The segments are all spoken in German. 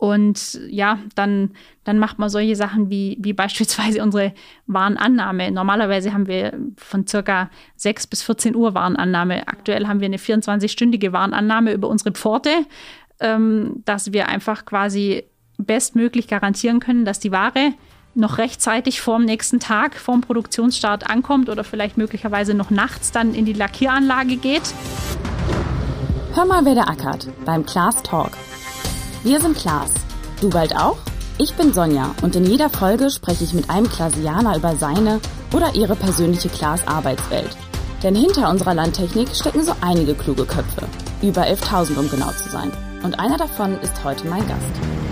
Und ja, dann macht man solche Sachen wie beispielsweise unsere Warenannahme. Normalerweise haben wir von circa 6 bis 14 Uhr Warenannahme. Aktuell haben wir eine 24-stündige Warenannahme über unsere Pforte, dass wir einfach quasi bestmöglich garantieren können, dass die Ware noch rechtzeitig vorm nächsten Tag, vorm Produktionsstart ankommt oder vielleicht möglicherweise noch nachts dann in die Lackieranlage geht. Hör mal, wer da ackert beim Claas Talk. Wir sind Claas. Du bald auch? Ich bin Sonja und in jeder Folge spreche ich mit einem Claasianer über seine oder ihre persönliche Claas-Arbeitswelt. Denn hinter unserer Landtechnik stecken so einige kluge Köpfe. Über 11.000, um genau zu sein. Und einer davon ist heute mein Gast.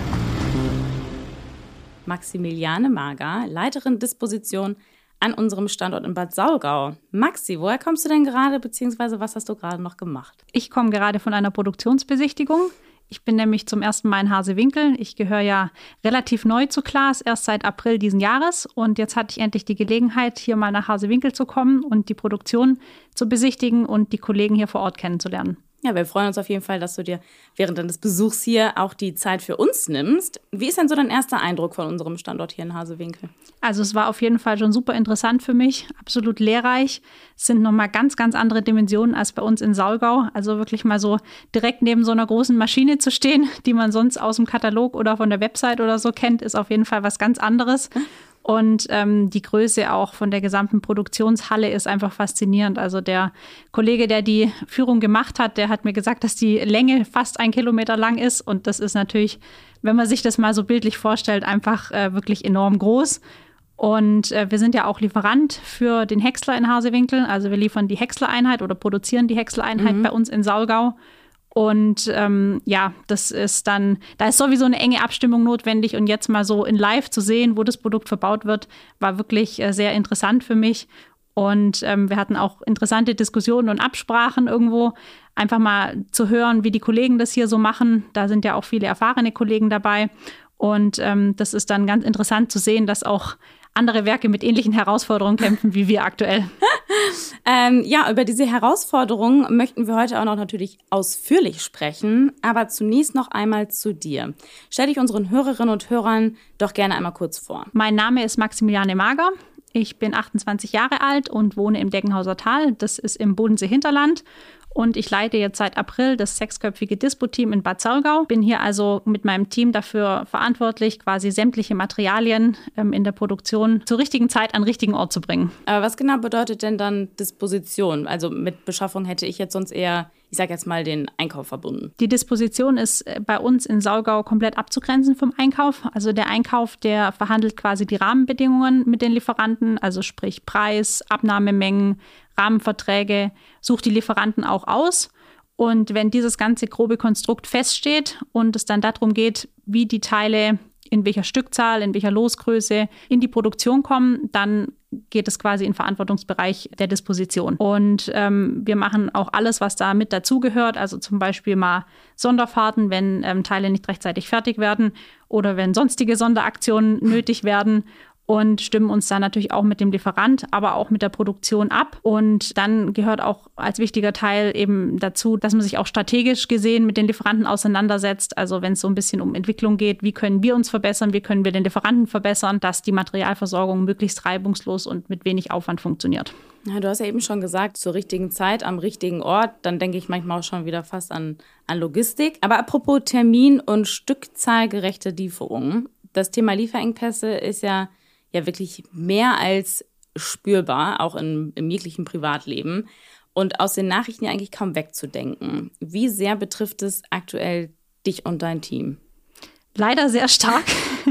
Maximiliane Mager, Leiterin Disposition an unserem Standort in Bad Saulgau. Maxi, woher kommst du denn gerade, beziehungsweise was hast du gerade noch gemacht? Ich komme gerade von einer Produktionsbesichtigung. Ich bin nämlich zum ersten Mal in Hasewinkel. Ich gehöre ja relativ neu zu Claas, erst seit April diesen Jahres. Und jetzt hatte ich endlich die Gelegenheit, hier mal nach Hasewinkel zu kommen und die Produktion zu besichtigen und die Kollegen hier vor Ort kennenzulernen. Ja, wir freuen uns auf jeden Fall, dass du dir während deines Besuchs hier auch die Zeit für uns nimmst. Wie ist denn so dein erster Eindruck von unserem Standort hier in Hasewinkel? Also es war auf jeden Fall schon super interessant für mich, absolut lehrreich. Es sind nochmal ganz, ganz andere Dimensionen als bei uns in Saulgau. Also wirklich mal so direkt neben so einer großen Maschine zu stehen, die man sonst aus dem Katalog oder von der Website oder so kennt, ist auf jeden Fall was ganz anderes. Und die Größe auch von der gesamten Produktionshalle ist einfach faszinierend. Also der Kollege, der die Führung gemacht hat, der hat mir gesagt, dass die Länge fast 1 Kilometer lang ist. Und das ist natürlich, wenn man sich das mal so bildlich vorstellt, einfach wirklich enorm groß. Und wir sind ja auch Lieferant für den Häcksler in Hasewinkel. Also wir liefern die Häcksler-Einheit oder produzieren die Häcksler-Einheit bei uns in Saulgau. Und das ist dann, da ist sowieso eine enge Abstimmung notwendig. Und jetzt mal so in live zu sehen, wo das Produkt verbaut wird, war wirklich sehr interessant für mich. Und wir hatten auch interessante Diskussionen und Absprachen irgendwo, einfach mal zu hören, wie die Kollegen das hier so machen. Da sind ja auch viele erfahrene Kollegen dabei. Und das ist dann ganz interessant zu sehen, dass auch andere Werke mit ähnlichen Herausforderungen kämpfen wie wir aktuell. Über diese Herausforderungen möchten wir heute auch noch natürlich ausführlich sprechen. Aber zunächst noch einmal zu dir. Stell dich unseren Hörerinnen und Hörern doch gerne einmal kurz vor. Mein Name ist Maximiliane Mager. Ich bin 28 Jahre alt und wohne im Deggenhauser Tal. Das ist im Bodensee-Hinterland. Und ich leite jetzt seit April das 6-köpfige Dispo-Team in Bad Saulgau. Bin hier also mit meinem Team dafür verantwortlich, quasi sämtliche Materialien in der Produktion zur richtigen Zeit an den richtigen Ort zu bringen. Aber was genau bedeutet denn dann Disposition? Also mit Beschaffung hätte ich jetzt sonst eher, ich sage jetzt mal, den Einkauf verbunden. Die Disposition ist bei uns in Saulgau komplett abzugrenzen vom Einkauf. Also der Einkauf, der verhandelt quasi die Rahmenbedingungen mit den Lieferanten, also sprich Preis, Abnahmemengen, Rahmenverträge, sucht die Lieferanten auch aus. Und wenn dieses ganze grobe Konstrukt feststeht und es dann darum geht, wie die Teile in welcher Stückzahl, in welcher Losgröße in die Produktion kommen, dann geht es quasi in den Verantwortungsbereich der Disposition. Und wir machen auch alles, was da mit dazugehört, also zum Beispiel mal Sonderfahrten, wenn Teile nicht rechtzeitig fertig werden oder wenn sonstige Sonderaktionen nötig werden. Und stimmen uns dann natürlich auch mit dem Lieferant, aber auch mit der Produktion ab. Und dann gehört auch als wichtiger Teil eben dazu, dass man sich auch strategisch gesehen mit den Lieferanten auseinandersetzt. Also wenn es so ein bisschen um Entwicklung geht, wie können wir uns verbessern, wie können wir den Lieferanten verbessern, dass die Materialversorgung möglichst reibungslos und mit wenig Aufwand funktioniert. Ja, du hast ja eben schon gesagt, zur richtigen Zeit, am richtigen Ort. Dann denke ich manchmal auch schon wieder fast an Logistik. Aber apropos Termin- und stückzahlgerechte Lieferungen. Das Thema Lieferengpässe ist ja wirklich mehr als spürbar, auch im jeglichen Privatleben und aus den Nachrichten ja eigentlich kaum wegzudenken. Wie sehr betrifft es aktuell dich und dein Team? Leider sehr stark.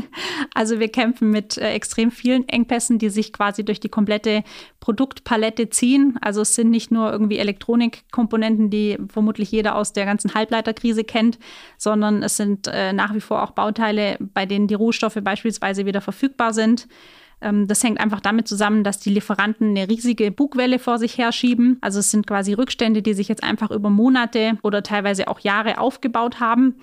Also wir kämpfen mit extrem vielen Engpässen, die sich quasi durch die komplette Produktpalette ziehen. Also es sind nicht nur irgendwie Elektronikkomponenten, die vermutlich jeder aus der ganzen Halbleiterkrise kennt, sondern es sind nach wie vor auch Bauteile, bei denen die Rohstoffe beispielsweise wieder verfügbar sind. Das hängt einfach damit zusammen, dass die Lieferanten eine riesige Bugwelle vor sich herschieben. Also es sind quasi Rückstände, die sich jetzt einfach über Monate oder teilweise auch Jahre aufgebaut haben.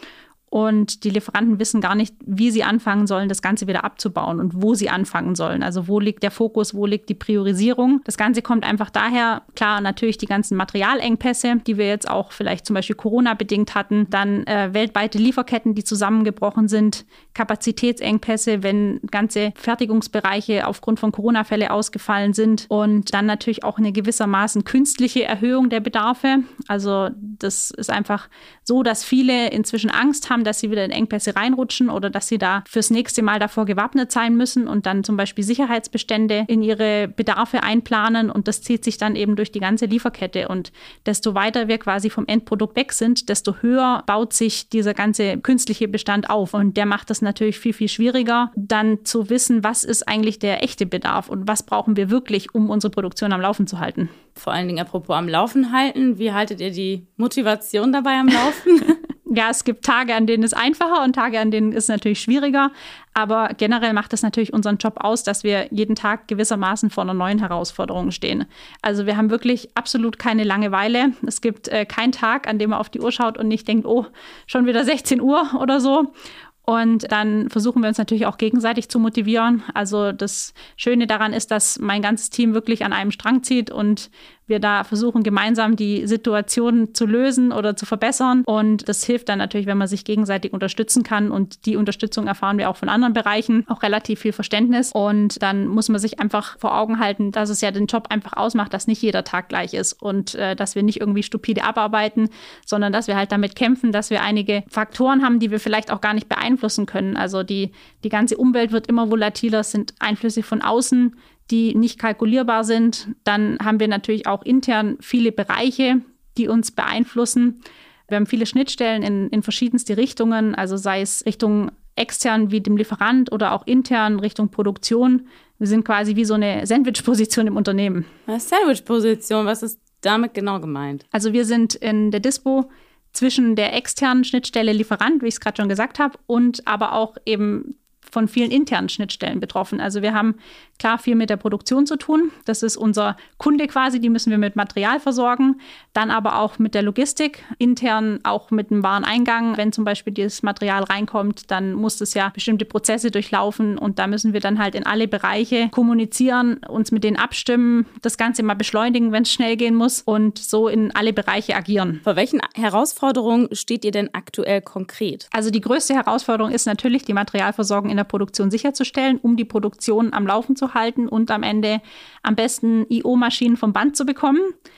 Und die Lieferanten wissen gar nicht, wie sie anfangen sollen, das Ganze wieder abzubauen und wo sie anfangen sollen. Also wo liegt der Fokus, wo liegt die Priorisierung. Das Ganze kommt einfach daher, klar, natürlich die ganzen Materialengpässe, die wir jetzt auch vielleicht zum Beispiel Corona-bedingt hatten, dann weltweite Lieferketten, die zusammengebrochen sind, Kapazitätsengpässe, wenn ganze Fertigungsbereiche aufgrund von Corona-Fällen ausgefallen sind und dann natürlich auch eine gewissermaßen künstliche Erhöhung der Bedarfe. Also das ist einfach so, dass viele inzwischen Angst haben, dass sie wieder in Engpässe reinrutschen oder dass sie da fürs nächste Mal davor gewappnet sein müssen und dann zum Beispiel Sicherheitsbestände in ihre Bedarfe einplanen und das zieht sich dann eben durch die ganze Lieferkette und desto weiter wir quasi vom Endprodukt weg sind, desto höher baut sich dieser ganze künstliche Bestand auf und der macht es natürlich viel, viel schwieriger, dann zu wissen, was ist eigentlich der echte Bedarf und was brauchen wir wirklich, um unsere Produktion am Laufen zu halten. Vor allen Dingen apropos am Laufen halten, wie haltet ihr die Motivation dabei am Laufen? Ja, es gibt Tage, an denen es einfacher und Tage, an denen es natürlich schwieriger. Aber generell macht es natürlich unseren Job aus, dass wir jeden Tag gewissermaßen vor einer neuen Herausforderung stehen. Also wir haben wirklich absolut keine Langeweile. Es gibt keinen Tag, an dem man auf die Uhr schaut und nicht denkt, oh, schon wieder 16 Uhr oder so. Und dann versuchen wir uns natürlich auch gegenseitig zu motivieren. Also das Schöne daran ist, dass mein ganzes Team wirklich an einem Strang zieht und wir da versuchen, gemeinsam die Situation zu lösen oder zu verbessern. Und das hilft dann natürlich, wenn man sich gegenseitig unterstützen kann. Und die Unterstützung erfahren wir auch von anderen Bereichen, auch relativ viel Verständnis. Und dann muss man sich einfach vor Augen halten, dass es ja den Job einfach ausmacht, dass nicht jeder Tag gleich ist und dass wir nicht irgendwie stupide abarbeiten, sondern dass wir halt damit kämpfen, dass wir einige Faktoren haben, die wir vielleicht auch gar nicht beeinflussen können. Also die ganze Umwelt wird immer volatiler, es sind Einflüsse von außen, die nicht kalkulierbar sind. Dann haben wir natürlich auch intern viele Bereiche, die uns beeinflussen. Wir haben viele Schnittstellen in verschiedenste Richtungen, also sei es Richtung extern wie dem Lieferant oder auch intern Richtung Produktion. Wir sind quasi wie so eine Sandwich-Position im Unternehmen. Eine Sandwich-Position, was ist damit genau gemeint? Also wir sind in der Dispo zwischen der externen Schnittstelle Lieferant, wie ich es gerade schon gesagt habe, und aber auch eben von vielen internen Schnittstellen betroffen. Also wir haben klar viel mit der Produktion zu tun. Das ist unser Kunde quasi, die müssen wir mit Material versorgen. Dann aber auch mit der Logistik, intern auch mit dem Wareneingang. Wenn zum Beispiel dieses Material reinkommt, dann muss es ja bestimmte Prozesse durchlaufen und da müssen wir dann halt in alle Bereiche kommunizieren, uns mit denen abstimmen, das Ganze mal beschleunigen, wenn es schnell gehen muss und so in alle Bereiche agieren. Vor welchen Herausforderungen steht ihr denn aktuell konkret? Also die größte Herausforderung ist natürlich, die Materialversorgung in der Produktion sicherzustellen, um die Produktion am Laufen zu halten und am Ende am besten IO-Maschinen vom Band zu bekommen.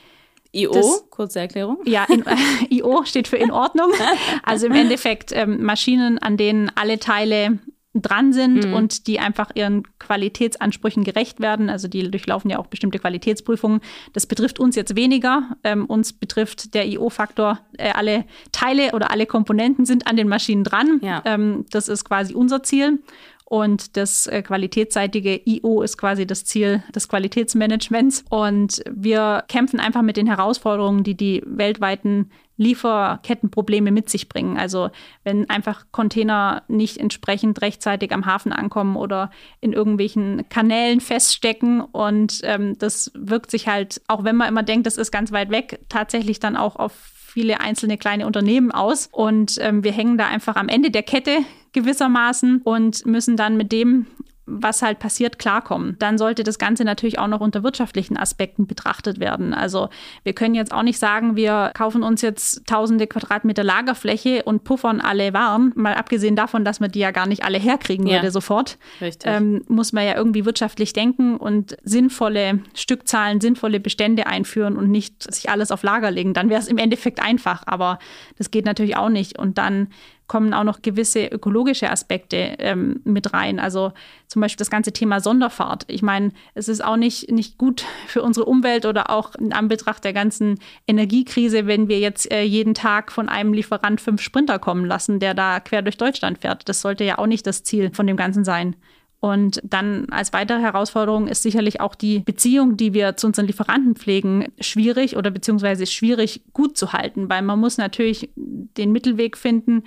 IO, kurze Erklärung. Ja, IO steht für in Ordnung. Also im Endeffekt Maschinen, an denen alle Teile dran sind und die einfach ihren Qualitätsansprüchen gerecht werden. Also die durchlaufen ja auch bestimmte Qualitätsprüfungen. Das betrifft uns jetzt weniger. Uns betrifft der IO-Faktor, alle Teile oder alle Komponenten sind an den Maschinen dran. Ja. Das ist quasi unser Ziel. Und das qualitätsseitige IO ist quasi das Ziel des Qualitätsmanagements. Und wir kämpfen einfach mit den Herausforderungen, die die weltweiten Lieferkettenprobleme mit sich bringen. Also wenn einfach Container nicht entsprechend rechtzeitig am Hafen ankommen oder in irgendwelchen Kanälen feststecken. Und das wirkt sich halt, auch wenn man immer denkt, das ist ganz weit weg, tatsächlich dann auch auf viele einzelne kleine Unternehmen aus. Und wir hängen da einfach am Ende der Kette gewissermaßen und müssen dann mit dem, was halt passiert, klarkommen. Dann sollte das Ganze natürlich auch noch unter wirtschaftlichen Aspekten betrachtet werden. Also wir können jetzt auch nicht sagen, wir kaufen uns jetzt tausende Quadratmeter Lagerfläche und puffern alle Waren. Mal abgesehen davon, dass man die ja gar nicht alle herkriegen würde sofort. Richtig. Muss man ja irgendwie wirtschaftlich denken und sinnvolle Stückzahlen, sinnvolle Bestände einführen und nicht sich alles auf Lager legen. Dann wäre es im Endeffekt einfach, aber das geht natürlich auch nicht. Und dann kommen auch noch gewisse ökologische Aspekte mit rein. Also zum Beispiel das ganze Thema Sonderfahrt. Ich meine, es ist auch nicht gut für unsere Umwelt oder auch in Anbetracht der ganzen Energiekrise, wenn wir jetzt jeden Tag von einem Lieferant 5 Sprinter kommen lassen, der da quer durch Deutschland fährt. Das sollte ja auch nicht das Ziel von dem Ganzen sein. Und dann als weitere Herausforderung ist sicherlich auch die Beziehung, die wir zu unseren Lieferanten pflegen, schwierig oder beziehungsweise schwierig gut zu halten, weil man muss natürlich den Mittelweg finden,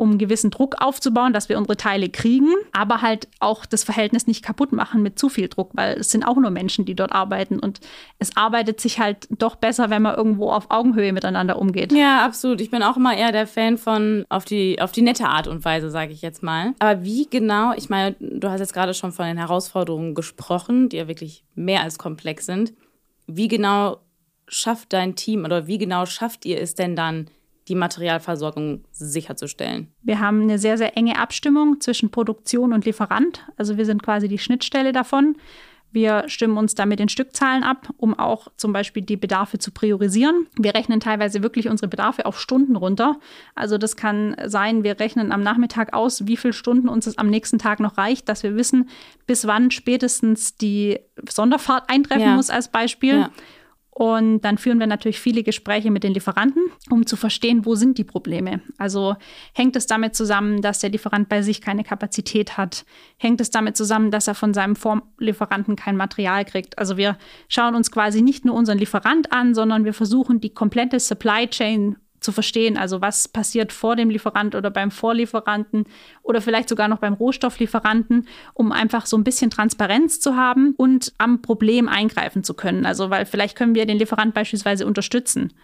um einen gewissen Druck aufzubauen, dass wir unsere Teile kriegen, aber halt auch das Verhältnis nicht kaputt machen mit zu viel Druck, weil es sind auch nur Menschen, die dort arbeiten und es arbeitet sich halt doch besser, wenn man irgendwo auf Augenhöhe miteinander umgeht. Ja, absolut. Ich bin auch immer eher der Fan von auf die nette Art und Weise, sage ich jetzt mal. Aber wie genau, ich meine, du hast jetzt gerade schon von den Herausforderungen gesprochen, die ja wirklich mehr als komplex sind. Wie genau schafft dein Team oder wie genau schafft ihr es denn dann, die Materialversorgung sicherzustellen? Wir haben eine sehr, sehr enge Abstimmung zwischen Produktion und Lieferant. Also wir sind quasi die Schnittstelle davon. Wir stimmen uns da mit den Stückzahlen ab, um auch zum Beispiel die Bedarfe zu priorisieren. Wir rechnen teilweise wirklich unsere Bedarfe auf Stunden runter. Also das kann sein, wir rechnen am Nachmittag aus, wie viele Stunden uns es am nächsten Tag noch reicht, dass wir wissen, bis wann spätestens die Sonderfahrt eintreffen muss als Beispiel. Ja. Und dann führen wir natürlich viele Gespräche mit den Lieferanten, um zu verstehen, wo sind die Probleme. Also hängt es damit zusammen, dass der Lieferant bei sich keine Kapazität hat? Hängt es damit zusammen, dass er von seinem Vorlieferanten kein Material kriegt? Also wir schauen uns quasi nicht nur unseren Lieferant an, sondern wir versuchen, die komplette Supply Chain zu verstehen, also was passiert vor dem Lieferant oder beim Vorlieferanten oder vielleicht sogar noch beim Rohstofflieferanten, um einfach so ein bisschen Transparenz zu haben und am Problem eingreifen zu können. Also weil vielleicht können wir den Lieferant beispielsweise unterstützen.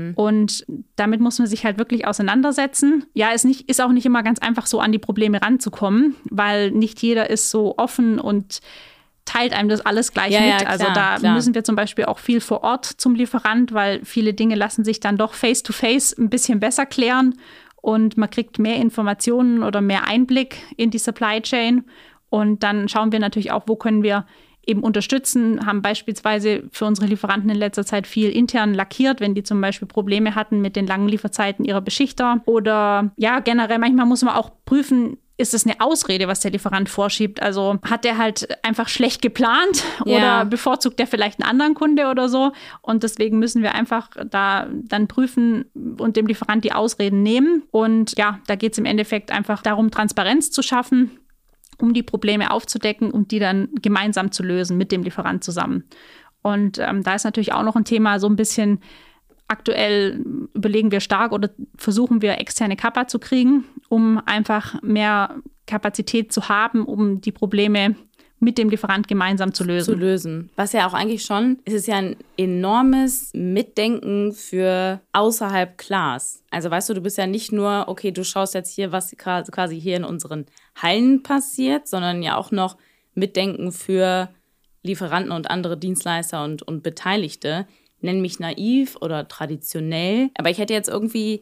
Und damit muss man sich halt wirklich auseinandersetzen. Ja, ist auch nicht immer ganz einfach, so an die Probleme ranzukommen, weil nicht jeder ist so offen und teilt einem das alles gleich mit. Ja, klar, also da müssen wir zum Beispiel auch viel vor Ort zum Lieferant, weil viele Dinge lassen sich dann doch face-to-face ein bisschen besser klären und man kriegt mehr Informationen oder mehr Einblick in die Supply Chain. Und dann schauen wir natürlich auch, wo können wir eben unterstützen, haben beispielsweise für unsere Lieferanten in letzter Zeit viel intern lackiert, wenn die zum Beispiel Probleme hatten mit den langen Lieferzeiten ihrer Beschichter. Oder ja, generell manchmal muss man auch prüfen, ist es eine Ausrede, was der Lieferant vorschiebt? Also hat der halt einfach schlecht geplant oder bevorzugt der vielleicht einen anderen Kunde oder so? Und deswegen müssen wir einfach da dann prüfen und dem Lieferant die Ausreden nehmen. Und ja, da geht es im Endeffekt einfach darum, Transparenz zu schaffen, um die Probleme aufzudecken und die dann gemeinsam zu lösen mit dem Lieferant zusammen. Und da ist natürlich auch noch ein Thema so ein bisschen. Aktuell überlegen wir stark oder versuchen wir, externe Kappa zu kriegen, um einfach mehr Kapazität zu haben, um die Probleme mit dem Lieferant gemeinsam zu lösen. Was ja auch eigentlich schon, es ist ja ein enormes Mitdenken für außerhalb Glas. Also weißt du bist ja nicht nur, okay, du schaust jetzt hier, was quasi hier in unseren Hallen passiert, sondern ja auch noch Mitdenken für Lieferanten und andere Dienstleister und Beteiligte. Nenn mich naiv oder traditionell. Aber ich hätte jetzt irgendwie,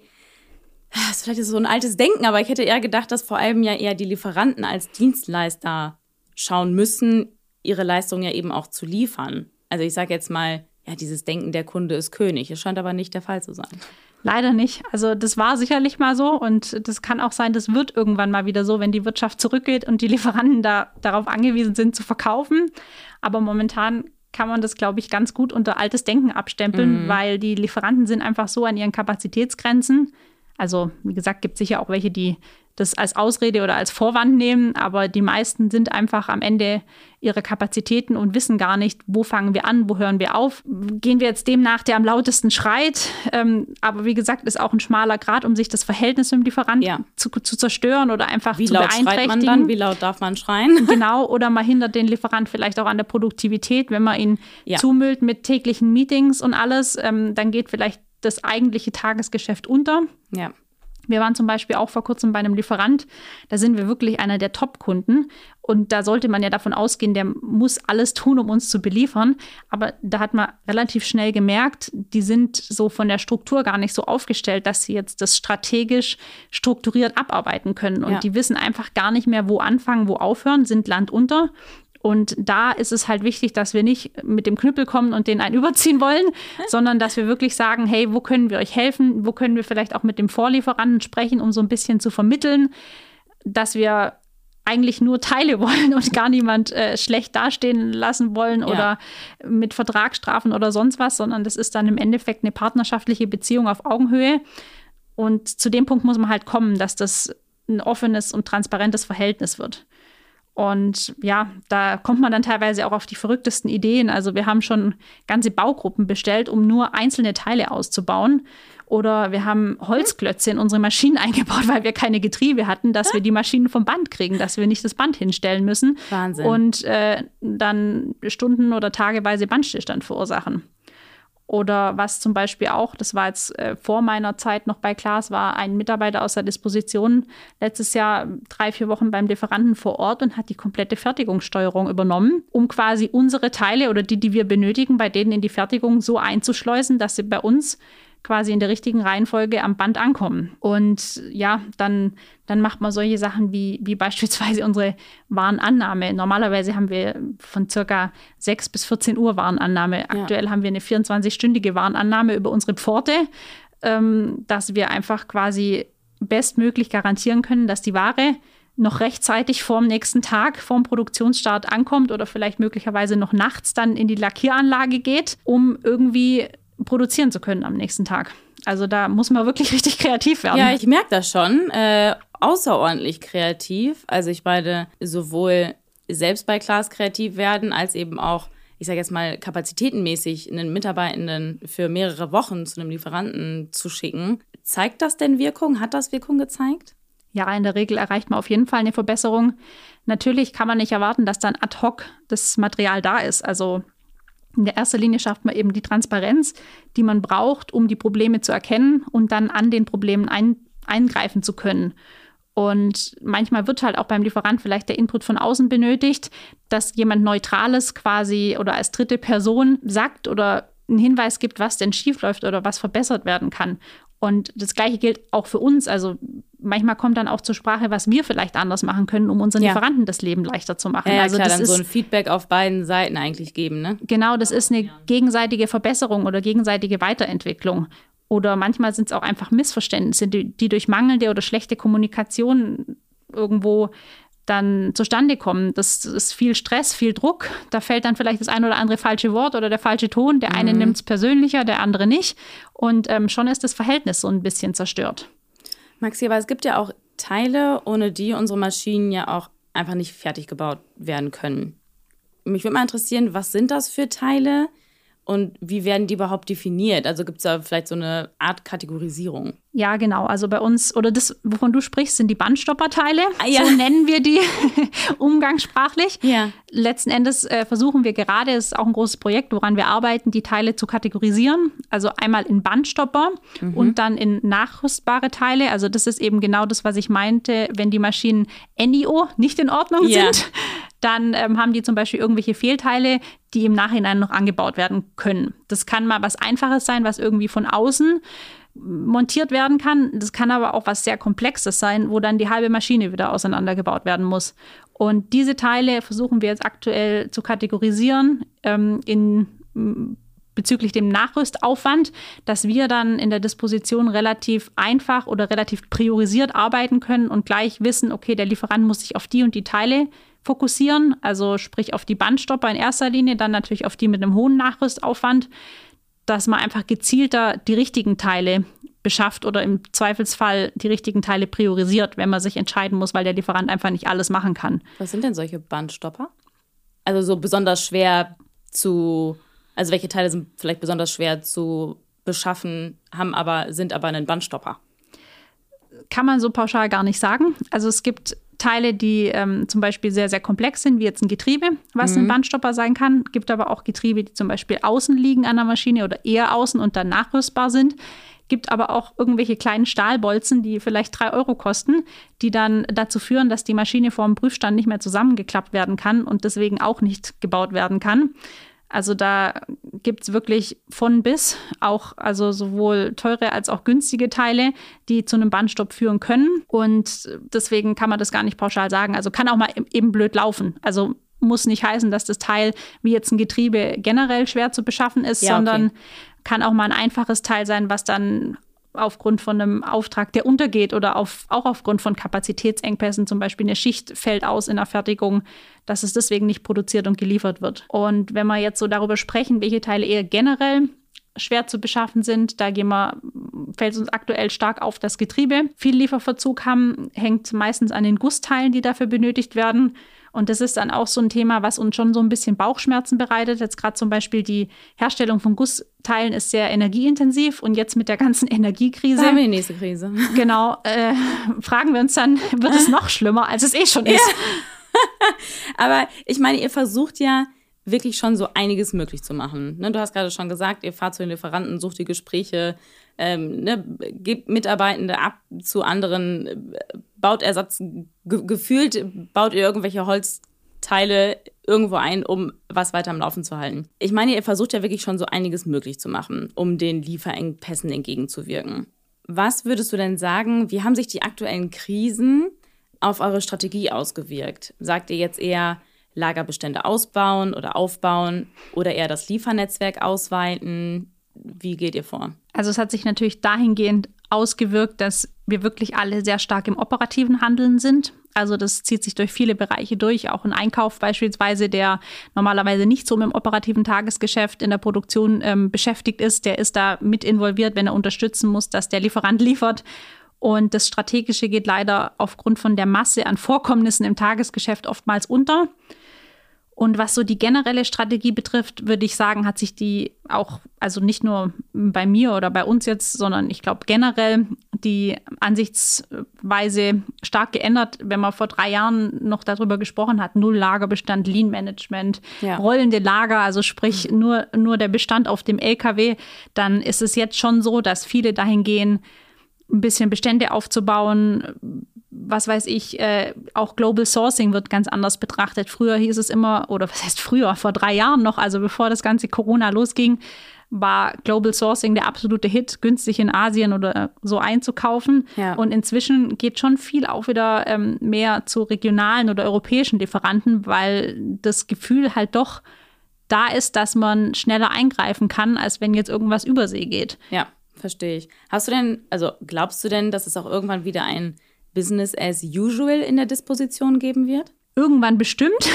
das ist vielleicht so ein altes Denken, aber ich hätte eher gedacht, dass vor allem ja eher die Lieferanten als Dienstleister schauen müssen, ihre Leistung ja eben auch zu liefern. Also ich sage jetzt mal, ja, dieses Denken, der Kunde ist König. Es scheint aber nicht der Fall zu sein. Leider nicht. Also das war sicherlich mal so und das kann auch sein, das wird irgendwann mal wieder so, wenn die Wirtschaft zurückgeht und die Lieferanten darauf angewiesen sind zu verkaufen. Aber momentan kann man das, glaube ich, ganz gut unter altes Denken abstempeln, weil die Lieferanten sind einfach so an ihren Kapazitätsgrenzen. Also, wie gesagt, gibt es sicher auch welche, die das als Ausrede oder als Vorwand nehmen, aber die meisten sind einfach am Ende ihrer Kapazitäten und wissen gar nicht, wo fangen wir an, wo hören wir auf. Gehen wir jetzt dem nach, der am lautesten schreit, aber wie gesagt, ist auch ein schmaler Grat, um sich das Verhältnis mit dem Lieferanten zu zerstören oder einfach zu beeinträchtigen. Wie laut schreit man dann? Wie laut darf man schreien? Genau, oder man hindert den Lieferant vielleicht auch an der Produktivität, wenn man ihn zumüllt mit täglichen Meetings und alles, dann geht vielleicht das eigentliche Tagesgeschäft unter. Ja. Wir waren zum Beispiel auch vor kurzem bei einem Lieferant, da sind wir wirklich einer der Top-Kunden und da sollte man ja davon ausgehen, der muss alles tun, um uns zu beliefern, aber da hat man relativ schnell gemerkt, die sind so von der Struktur gar nicht so aufgestellt, dass sie jetzt das strategisch strukturiert abarbeiten können und die wissen einfach gar nicht mehr, wo anfangen, wo aufhören, sind landunter. Und da ist es halt wichtig, dass wir nicht mit dem Knüppel kommen und den einen überziehen wollen, sondern dass wir wirklich sagen, hey, wo können wir euch helfen? Wo können wir vielleicht auch mit dem Vorlieferanten sprechen, um so ein bisschen zu vermitteln, dass wir eigentlich nur Teile wollen und gar niemand schlecht dastehen lassen wollen oder mit Vertragsstrafen oder sonst was, sondern das ist dann im Endeffekt eine partnerschaftliche Beziehung auf Augenhöhe. Und zu dem Punkt muss man halt kommen, dass das ein offenes und transparentes Verhältnis wird. Und ja, da kommt man dann teilweise auch auf die verrücktesten Ideen. Also wir haben schon ganze Baugruppen bestellt, um nur einzelne Teile auszubauen Oder wir haben Holzklötze in unsere Maschinen eingebaut, weil wir keine Getriebe hatten, dass wir die Maschinen vom Band kriegen, dass wir nicht das Band hinstellen müssen. Wahnsinn. Und dann Stunden- oder tageweise Bandstillstand verursachen. Oder was zum Beispiel auch, das war jetzt vor meiner Zeit noch bei Claas, war ein Mitarbeiter aus der Disposition letztes Jahr 3-4 Wochen beim Lieferanten vor Ort und hat die komplette Fertigungssteuerung übernommen, um quasi unsere Teile oder die wir benötigen, bei denen in die Fertigung so einzuschleusen, dass sie bei uns quasi in der richtigen Reihenfolge am Band ankommen. Und ja, dann macht man solche Sachen wie beispielsweise unsere Warenannahme. Normalerweise haben wir von circa 6 bis 14 Uhr Warenannahme. Aktuell haben wir eine 24-stündige Warenannahme über unsere Pforte, dass wir einfach quasi bestmöglich garantieren können, dass die Ware noch rechtzeitig vorm nächsten Tag, vorm Produktionsstart ankommt oder vielleicht möglicherweise noch nachts dann in die Lackieranlage geht, um irgendwie produzieren zu können am nächsten Tag. Also da muss man wirklich richtig kreativ werden. Ja, ich merke das schon. Außerordentlich kreativ. Also ich meine, sowohl selbst bei Claas kreativ werden, als eben auch, ich sage jetzt mal, kapazitätenmäßig einen Mitarbeitenden für mehrere Wochen zu einem Lieferanten zu schicken. Zeigt das denn Wirkung? Hat das Wirkung gezeigt? Ja, in der Regel erreicht man auf jeden Fall eine Verbesserung. Natürlich kann man nicht erwarten, dass dann ad hoc das Material da ist. Also in der ersten Linie schafft man eben die Transparenz, die man braucht, um die Probleme zu erkennen und dann an den Problemen eingreifen zu können. Und manchmal wird halt auch beim Lieferant vielleicht der Input von außen benötigt, dass jemand Neutrales quasi oder als dritte Person sagt oder einen Hinweis gibt, was denn schiefläuft oder was verbessert werden kann. Und das Gleiche gilt auch für uns. Also manchmal kommt dann auch zur Sprache, was wir vielleicht anders machen können, um unseren Lieferanten das Leben leichter zu machen. Ja, also klar, das dann ist so ein Feedback auf beiden Seiten eigentlich geben, ne? Genau, das ist eine gegenseitige Verbesserung oder gegenseitige Weiterentwicklung. Oder manchmal sind es auch einfach Missverständnisse, die durch mangelnde oder schlechte Kommunikation irgendwo dann zustande kommen. Das ist viel Stress, viel Druck. Da fällt dann vielleicht das ein oder andere falsche Wort oder der falsche Ton. Der eine nimmt es persönlicher, der andere nicht. Und schon ist das Verhältnis so ein bisschen zerstört. Maxi, aber es gibt ja auch Teile, ohne die unsere Maschinen ja auch einfach nicht fertig gebaut werden können. Mich würde mal interessieren, was sind das für Teile und wie werden die überhaupt definiert? Also gibt es da vielleicht so eine Art Kategorisierung? Ja, genau. Also bei uns, oder das, wovon du sprichst, sind die Bandstopperteile. Ja. So nennen wir die umgangssprachlich. Ja. Letzten Endes versuchen wir gerade, es ist auch ein großes Projekt, woran wir arbeiten, die Teile zu kategorisieren. Also einmal in Bandstopper und dann in nachrüstbare Teile. Also das ist eben genau das, was ich meinte, wenn die Maschinen NIO nicht in Ordnung sind. Dann haben die zum Beispiel irgendwelche Fehlteile, die im Nachhinein noch angebaut werden können. Das kann mal was Einfaches sein, was irgendwie von außen montiert werden kann. Das kann aber auch was sehr Komplexes sein, wo dann die halbe Maschine wieder auseinandergebaut werden muss. Und diese Teile versuchen wir jetzt aktuell zu kategorisieren bezüglich dem Nachrüstaufwand, dass wir dann in der Disposition relativ einfach oder relativ priorisiert arbeiten können und gleich wissen, okay, der Lieferant muss sich auf die und die Teile fokussieren, also sprich auf die Bandstopper in erster Linie, dann natürlich auf die mit einem hohen Nachrüstaufwand, dass man einfach gezielter die richtigen Teile beschafft oder im Zweifelsfall die richtigen Teile priorisiert, wenn man sich entscheiden muss, weil der Lieferant einfach nicht alles machen kann. Was sind denn solche Bandstopper? Also so besonders schwer also welche Teile sind vielleicht besonders schwer zu beschaffen, sind aber ein Bandstopper? Kann man so pauschal gar nicht sagen. Also es gibt Teile, die zum Beispiel sehr, sehr komplex sind, wie jetzt ein Getriebe, was ein Bandstopper sein kann. Gibt aber auch Getriebe, die zum Beispiel außen liegen an der Maschine oder eher außen und dann nachrüstbar sind. Gibt aber auch irgendwelche kleinen Stahlbolzen, die vielleicht 3 € kosten, die dann dazu führen, dass die Maschine vor dem Prüfstand nicht mehr zusammengeklappt werden kann und deswegen auch nicht gebaut werden kann. Also da gibt es wirklich von bis auch, also sowohl teure als auch günstige Teile, die zu einem Bandstopp führen können. Und deswegen kann man das gar nicht pauschal sagen. Also kann auch mal eben blöd laufen. Also muss nicht heißen, dass das Teil wie jetzt ein Getriebe generell schwer zu beschaffen ist, sondern kann auch mal ein einfaches Teil sein, was dann aufgrund von einem Auftrag, der untergeht oder auch aufgrund von Kapazitätsengpässen, zum Beispiel eine Schicht fällt aus in der Fertigung, dass es deswegen nicht produziert und geliefert wird. Und wenn wir jetzt so darüber sprechen, welche Teile eher generell schwer zu beschaffen sind. Da fällt es uns aktuell stark auf, dass Getriebe viel Lieferverzug haben, hängt meistens an den Gussteilen, die dafür benötigt werden. Und das ist dann auch so ein Thema, was uns schon so ein bisschen Bauchschmerzen bereitet. Jetzt gerade zum Beispiel die Herstellung von Gussteilen ist sehr energieintensiv. Und jetzt mit der ganzen Energiekrise. Da haben wir die nächste Krise. Genau, fragen wir uns dann, wird es noch schlimmer, als es schon ist? Aber ich meine, ihr versucht ja wirklich schon so einiges möglich zu machen. Ne, du hast gerade schon gesagt, ihr fahrt zu den Lieferanten, sucht die Gespräche, gebt Mitarbeitende ab zu anderen, baut Ersatz, gefühlt baut ihr irgendwelche Holzteile irgendwo ein, um was weiter am Laufen zu halten. Ich meine, ihr versucht ja wirklich schon so einiges möglich zu machen, um den Lieferengpässen entgegenzuwirken. Was würdest du denn sagen, wie haben sich die aktuellen Krisen auf eure Strategie ausgewirkt? Sagt ihr jetzt eher Lagerbestände ausbauen oder aufbauen oder eher das Liefernetzwerk ausweiten? Wie geht ihr vor? Also es hat sich natürlich dahingehend ausgewirkt, dass wir wirklich alle sehr stark im operativen Handeln sind. Also das zieht sich durch viele Bereiche durch, auch ein Einkauf beispielsweise, der normalerweise nicht so mit dem operativen Tagesgeschäft in der Produktion beschäftigt ist. Der ist da mit involviert, wenn er unterstützen muss, dass der Lieferant liefert. Und das Strategische geht leider aufgrund von der Masse an Vorkommnissen im Tagesgeschäft oftmals unter. Und was so die generelle Strategie betrifft, würde ich sagen, hat sich die auch, also nicht nur bei mir oder bei uns jetzt, sondern ich glaube generell die Ansichtsweise stark geändert, wenn man vor 3 Jahren noch darüber gesprochen hat, Null Lagerbestand, Lean Management, rollende Lager, also sprich nur der Bestand auf dem LKW, dann ist es jetzt schon so, dass viele dahin gehen, ein bisschen Bestände aufzubauen. Was weiß ich, auch Global Sourcing wird ganz anders betrachtet. Früher hieß es immer, oder was heißt früher, vor 3 Jahren noch, also bevor das ganze Corona losging, war Global Sourcing der absolute Hit, günstig in Asien oder so einzukaufen. Ja. Und inzwischen geht schon viel auch wieder mehr zu regionalen oder europäischen Lieferanten, weil das Gefühl halt doch da ist, dass man schneller eingreifen kann, als wenn jetzt irgendwas über See geht. Ja, verstehe ich. Glaubst du denn, dass es auch irgendwann wieder ein Business as usual in der Disposition geben wird? Irgendwann bestimmt.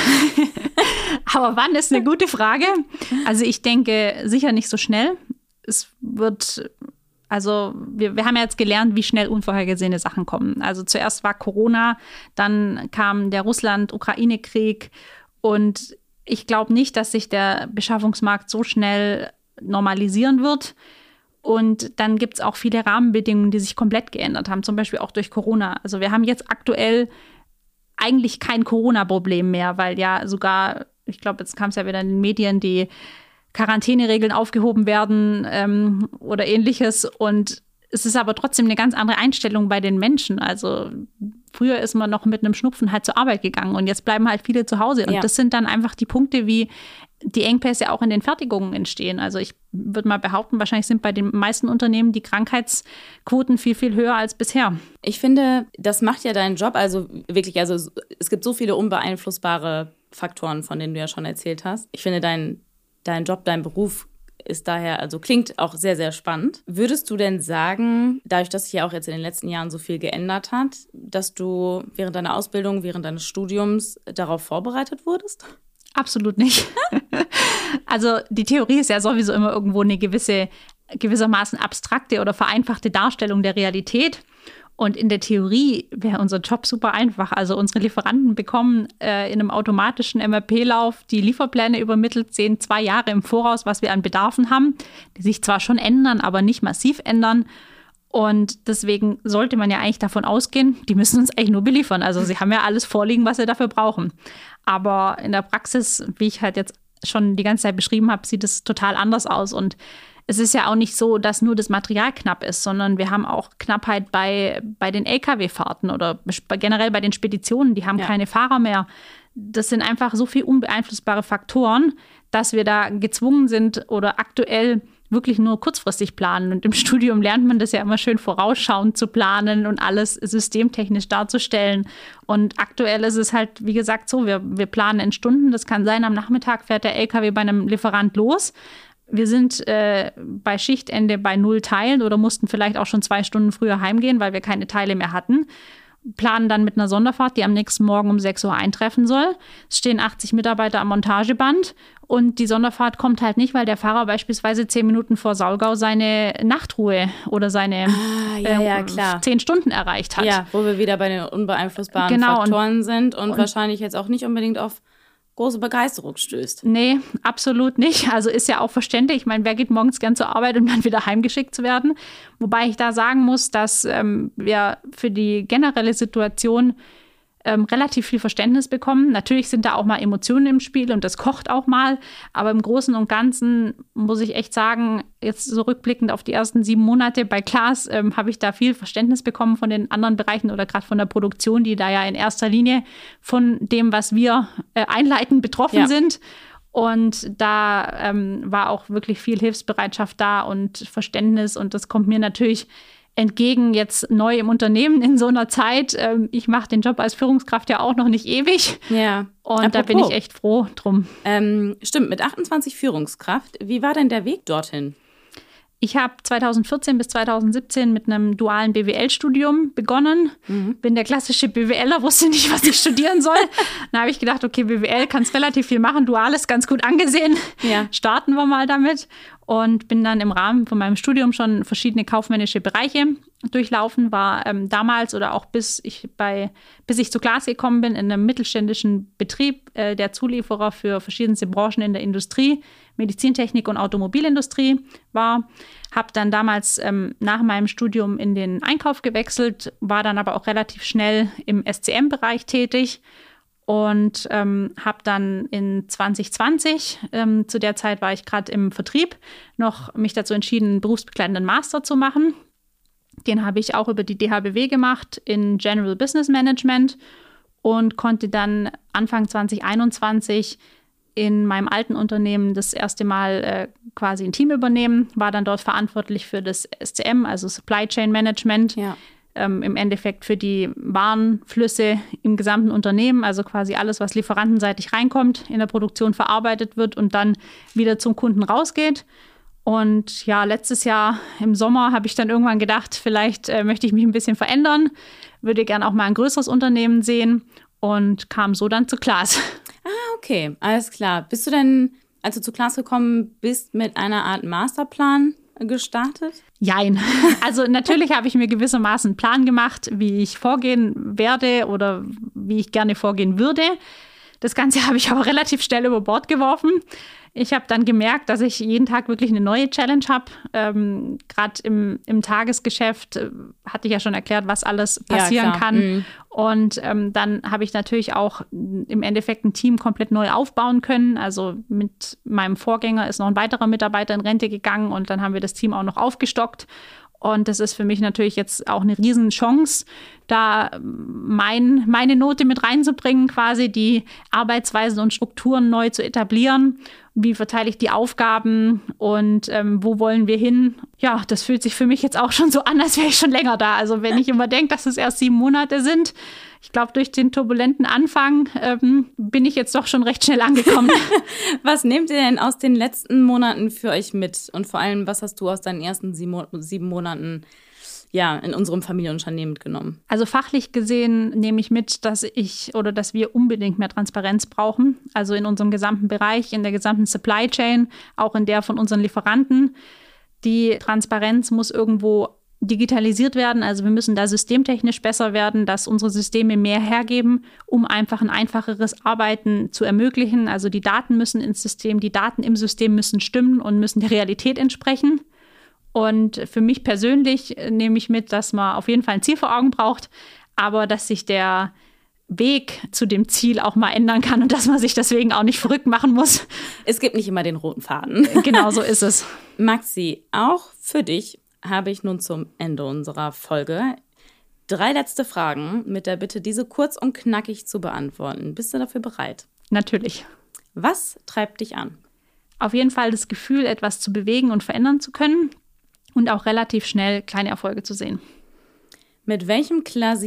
Aber wann ist eine gute Frage. Also ich denke sicher nicht so schnell. Es wird, also wir haben ja jetzt gelernt, wie schnell unvorhergesehene Sachen kommen. Also zuerst war Corona, dann kam der Russland-Ukraine-Krieg und ich glaube nicht, dass sich der Beschaffungsmarkt so schnell normalisieren wird. Und dann gibt es auch viele Rahmenbedingungen, die sich komplett geändert haben, zum Beispiel auch durch Corona. Also wir haben jetzt aktuell eigentlich kein Corona-Problem mehr, weil ja sogar, ich glaube, jetzt kam es ja wieder in den Medien, die Quarantäneregeln aufgehoben werden oder ähnliches. Und es ist aber trotzdem eine ganz andere Einstellung bei den Menschen. Also früher ist man noch mit einem Schnupfen halt zur Arbeit gegangen und jetzt bleiben halt viele zu Hause. Und das sind dann einfach die Punkte, wie die Engpässe auch in den Fertigungen entstehen. Also ich würde mal behaupten, wahrscheinlich sind bei den meisten Unternehmen die Krankheitsquoten viel, viel höher als bisher. Ich finde, das macht ja deinen Job, also wirklich, also es gibt so viele unbeeinflussbare Faktoren, von denen du ja schon erzählt hast. Ich finde, dein Job, dein Beruf ist daher, also klingt auch sehr, sehr spannend. Würdest du denn sagen, dadurch, dass sich ja auch jetzt in den letzten Jahren so viel geändert hat, dass du während deiner Ausbildung, während deines Studiums darauf vorbereitet wurdest? Absolut nicht. Also die Theorie ist ja sowieso immer irgendwo eine gewissermaßen abstrakte oder vereinfachte Darstellung der Realität. Und in der Theorie wäre unser Job super einfach. Also unsere Lieferanten bekommen in einem automatischen MRP-Lauf die Lieferpläne übermittelt, sehen 2 Jahre im Voraus, was wir an Bedarfen haben, die sich zwar schon ändern, aber nicht massiv ändern. Und deswegen sollte man ja eigentlich davon ausgehen, die müssen uns eigentlich nur beliefern. Also sie haben ja alles vorliegen, was sie dafür brauchen. Aber in der Praxis, wie ich halt jetzt schon die ganze Zeit beschrieben habe, sieht es total anders aus. Und es ist ja auch nicht so, dass nur das Material knapp ist, sondern wir haben auch Knappheit bei den Lkw-Fahrten oder generell bei den Speditionen. Die haben keine Fahrer mehr. Das sind einfach so viel unbeeinflussbare Faktoren, dass wir da gezwungen sind oder aktuell wirklich nur kurzfristig planen. Und im Studium lernt man das ja immer schön vorausschauend zu planen und alles systemtechnisch darzustellen. Und aktuell ist es halt, wie gesagt, so, wir planen in Stunden. Das kann sein, am Nachmittag fährt der LKW bei einem Lieferant los. Wir sind bei Schichtende bei 0 Teilen oder mussten vielleicht auch schon 2 Stunden früher heimgehen, weil wir keine Teile mehr hatten. planen dann mit einer Sonderfahrt, die am nächsten Morgen um 6 Uhr eintreffen soll. Es stehen 80 Mitarbeiter am Montageband und die Sonderfahrt kommt halt nicht, weil der Fahrer beispielsweise 10 Minuten vor Saulgau seine Nachtruhe oder seine 10 Stunden erreicht hat. Ja, wo wir wieder bei den unbeeinflussbaren Faktoren sind und wahrscheinlich jetzt auch nicht unbedingt auf große Begeisterung stößt. Nee, absolut nicht. Also ist ja auch verständlich. Ich meine, wer geht morgens gern zur Arbeit, um dann wieder heimgeschickt zu werden? Wobei ich da sagen muss, dass wir für die generelle Situation relativ viel Verständnis bekommen. Natürlich sind da auch mal Emotionen im Spiel und das kocht auch mal. Aber im Großen und Ganzen muss ich echt sagen, jetzt so rückblickend auf die ersten 7 Monate bei Klaas habe ich da viel Verständnis bekommen von den anderen Bereichen oder gerade von der Produktion, die da ja in erster Linie von dem, was wir einleiten, betroffen sind. Und da war auch wirklich viel Hilfsbereitschaft da und Verständnis. Und das kommt mir natürlich entgegen jetzt neu im Unternehmen in so einer Zeit. Ich mache den Job als Führungskraft ja auch noch nicht ewig. Ja. Und apropos, da bin ich echt froh drum. Stimmt, mit 28 Führungskraft. Wie war denn der Weg dorthin? Ich habe 2014 bis 2017 mit einem dualen BWL-Studium begonnen. Bin der klassische BWLer, wusste nicht, was ich studieren soll. Dann habe ich gedacht, okay, BWL kannst relativ viel machen, dual ist ganz gut angesehen. Ja. Starten wir mal damit. Und bin dann im Rahmen von meinem Studium schon verschiedene kaufmännische Bereiche durchlaufen, war damals oder auch bis ich zu Klaas gekommen bin, in einem mittelständischen Betrieb, der Zulieferer für verschiedenste Branchen in der Industrie, Medizintechnik und Automobilindustrie war. Habe dann damals nach meinem Studium in den Einkauf gewechselt, war dann aber auch relativ schnell im SCM-Bereich tätig. Und habe dann in 2020, zu der Zeit war ich gerade im Vertrieb, noch mich dazu entschieden, einen berufsbegleitenden Master zu machen. Den habe ich auch über die DHBW gemacht in General Business Management und konnte dann Anfang 2021 in meinem alten Unternehmen das erste Mal quasi ein Team übernehmen, war dann dort verantwortlich für das SCM, also Supply Chain Management. Ja. Im Endeffekt für die Warenflüsse im gesamten Unternehmen, also quasi alles, was lieferantenseitig reinkommt, in der Produktion verarbeitet wird und dann wieder zum Kunden rausgeht. Und ja, letztes Jahr im Sommer habe ich dann irgendwann gedacht, vielleicht möchte ich mich ein bisschen verändern, würde gerne auch mal ein größeres Unternehmen sehen und kam so dann zu Klaas. Ah, okay, alles klar. Bist du denn, als du zu Klaas gekommen bist, mit einer Art Masterplan gestartet? Jein. Also natürlich habe ich mir gewissermaßen einen Plan gemacht, wie ich vorgehen werde oder wie ich gerne vorgehen würde. Das Ganze habe ich aber relativ schnell über Bord geworfen. Ich habe dann gemerkt, dass ich jeden Tag wirklich eine neue Challenge habe. Gerade im Tagesgeschäft hatte ich ja schon erklärt, was alles passieren kann. Und dann habe ich natürlich auch im Endeffekt ein Team komplett neu aufbauen können. Also mit meinem Vorgänger ist noch ein weiterer Mitarbeiter in Rente gegangen und dann haben wir das Team auch noch aufgestockt. Und das ist für mich natürlich jetzt auch eine Riesenchance, da meine Note mit reinzubringen, quasi die Arbeitsweisen und Strukturen neu zu etablieren. Wie verteile ich die Aufgaben und wo wollen wir hin? Ja, das fühlt sich für mich jetzt auch schon so an, als wäre ich schon länger da. Also wenn ich immer denke, dass es erst 7 Monate sind, ich glaube, durch den turbulenten Anfang bin ich jetzt doch schon recht schnell angekommen. Was nehmt ihr denn aus den letzten Monaten für euch mit? Und vor allem, was hast du aus deinen ersten 7 Monaten in unserem Familienunternehmen mitgenommen? Also fachlich gesehen nehme ich mit, dass wir unbedingt mehr Transparenz brauchen. Also in unserem gesamten Bereich, in der gesamten Supply Chain, auch in der von unseren Lieferanten. Die Transparenz muss irgendwo digitalisiert werden. Also wir müssen da systemtechnisch besser werden, dass unsere Systeme mehr hergeben, um einfach ein einfacheres Arbeiten zu ermöglichen. Also die Daten müssen ins System, die Daten im System müssen stimmen und müssen der Realität entsprechen. Und für mich persönlich nehme ich mit, dass man auf jeden Fall ein Ziel vor Augen braucht, aber dass sich der Weg zu dem Ziel auch mal ändern kann und dass man sich deswegen auch nicht verrückt machen muss. Es gibt nicht immer den roten Faden. Genau, so ist es. Maxi, auch für dich habe ich nun zum Ende unserer Folge 3 letzte Fragen mit der Bitte, diese kurz und knackig zu beantworten. Bist du dafür bereit? Natürlich. Was treibt dich an? Auf jeden Fall das Gefühl, etwas zu bewegen und verändern zu können und auch relativ schnell kleine Erfolge zu sehen. Mit welchem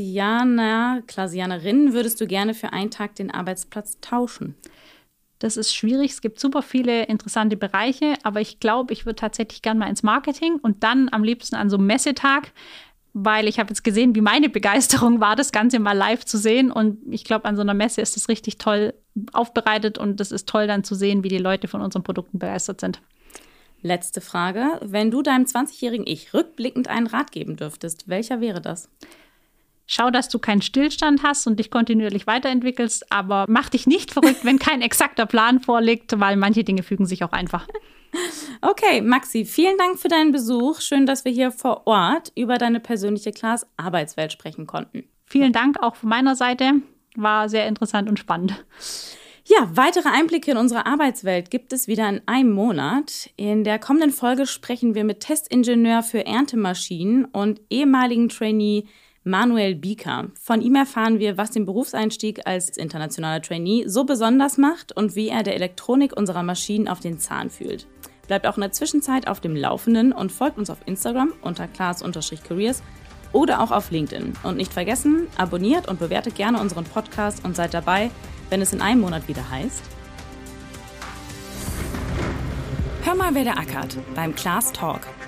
Klausianerin würdest du gerne für einen Tag den Arbeitsplatz tauschen? Das ist schwierig. Es gibt super viele interessante Bereiche, aber ich glaube, ich würde tatsächlich gerne mal ins Marketing und dann am liebsten an so einem Messetag, weil ich habe jetzt gesehen, wie meine Begeisterung war, das Ganze mal live zu sehen. Und ich glaube, an so einer Messe ist das richtig toll aufbereitet und das ist toll dann zu sehen, wie die Leute von unseren Produkten begeistert sind. Letzte Frage. Wenn du deinem 20-jährigen Ich rückblickend einen Rat geben dürftest, welcher wäre das? Schau, dass du keinen Stillstand hast und dich kontinuierlich weiterentwickelst, aber mach dich nicht verrückt, wenn kein exakter Plan vorliegt, weil manche Dinge fügen sich auch einfach. Okay, Maxi, vielen Dank für deinen Besuch. Schön, dass wir hier vor Ort über deine persönliche Class-Arbeitswelt sprechen konnten. Vielen Dank auch von meiner Seite. War sehr interessant und spannend. Ja, weitere Einblicke in unsere Arbeitswelt gibt es wieder in einem Monat. In der kommenden Folge sprechen wir mit Testingenieur für Erntemaschinen und ehemaligen Trainee Manuel Bieker. Von ihm erfahren wir, was den Berufseinstieg als internationaler Trainee so besonders macht und wie er der Elektronik unserer Maschinen auf den Zahn fühlt. Bleibt auch in der Zwischenzeit auf dem Laufenden und folgt uns auf Instagram unter class_careers oder auch auf LinkedIn. Und nicht vergessen, abonniert und bewertet gerne unseren Podcast und seid dabei, wenn es in einem Monat wieder heißt: Hör mal, wer da ackert beim Class Talk.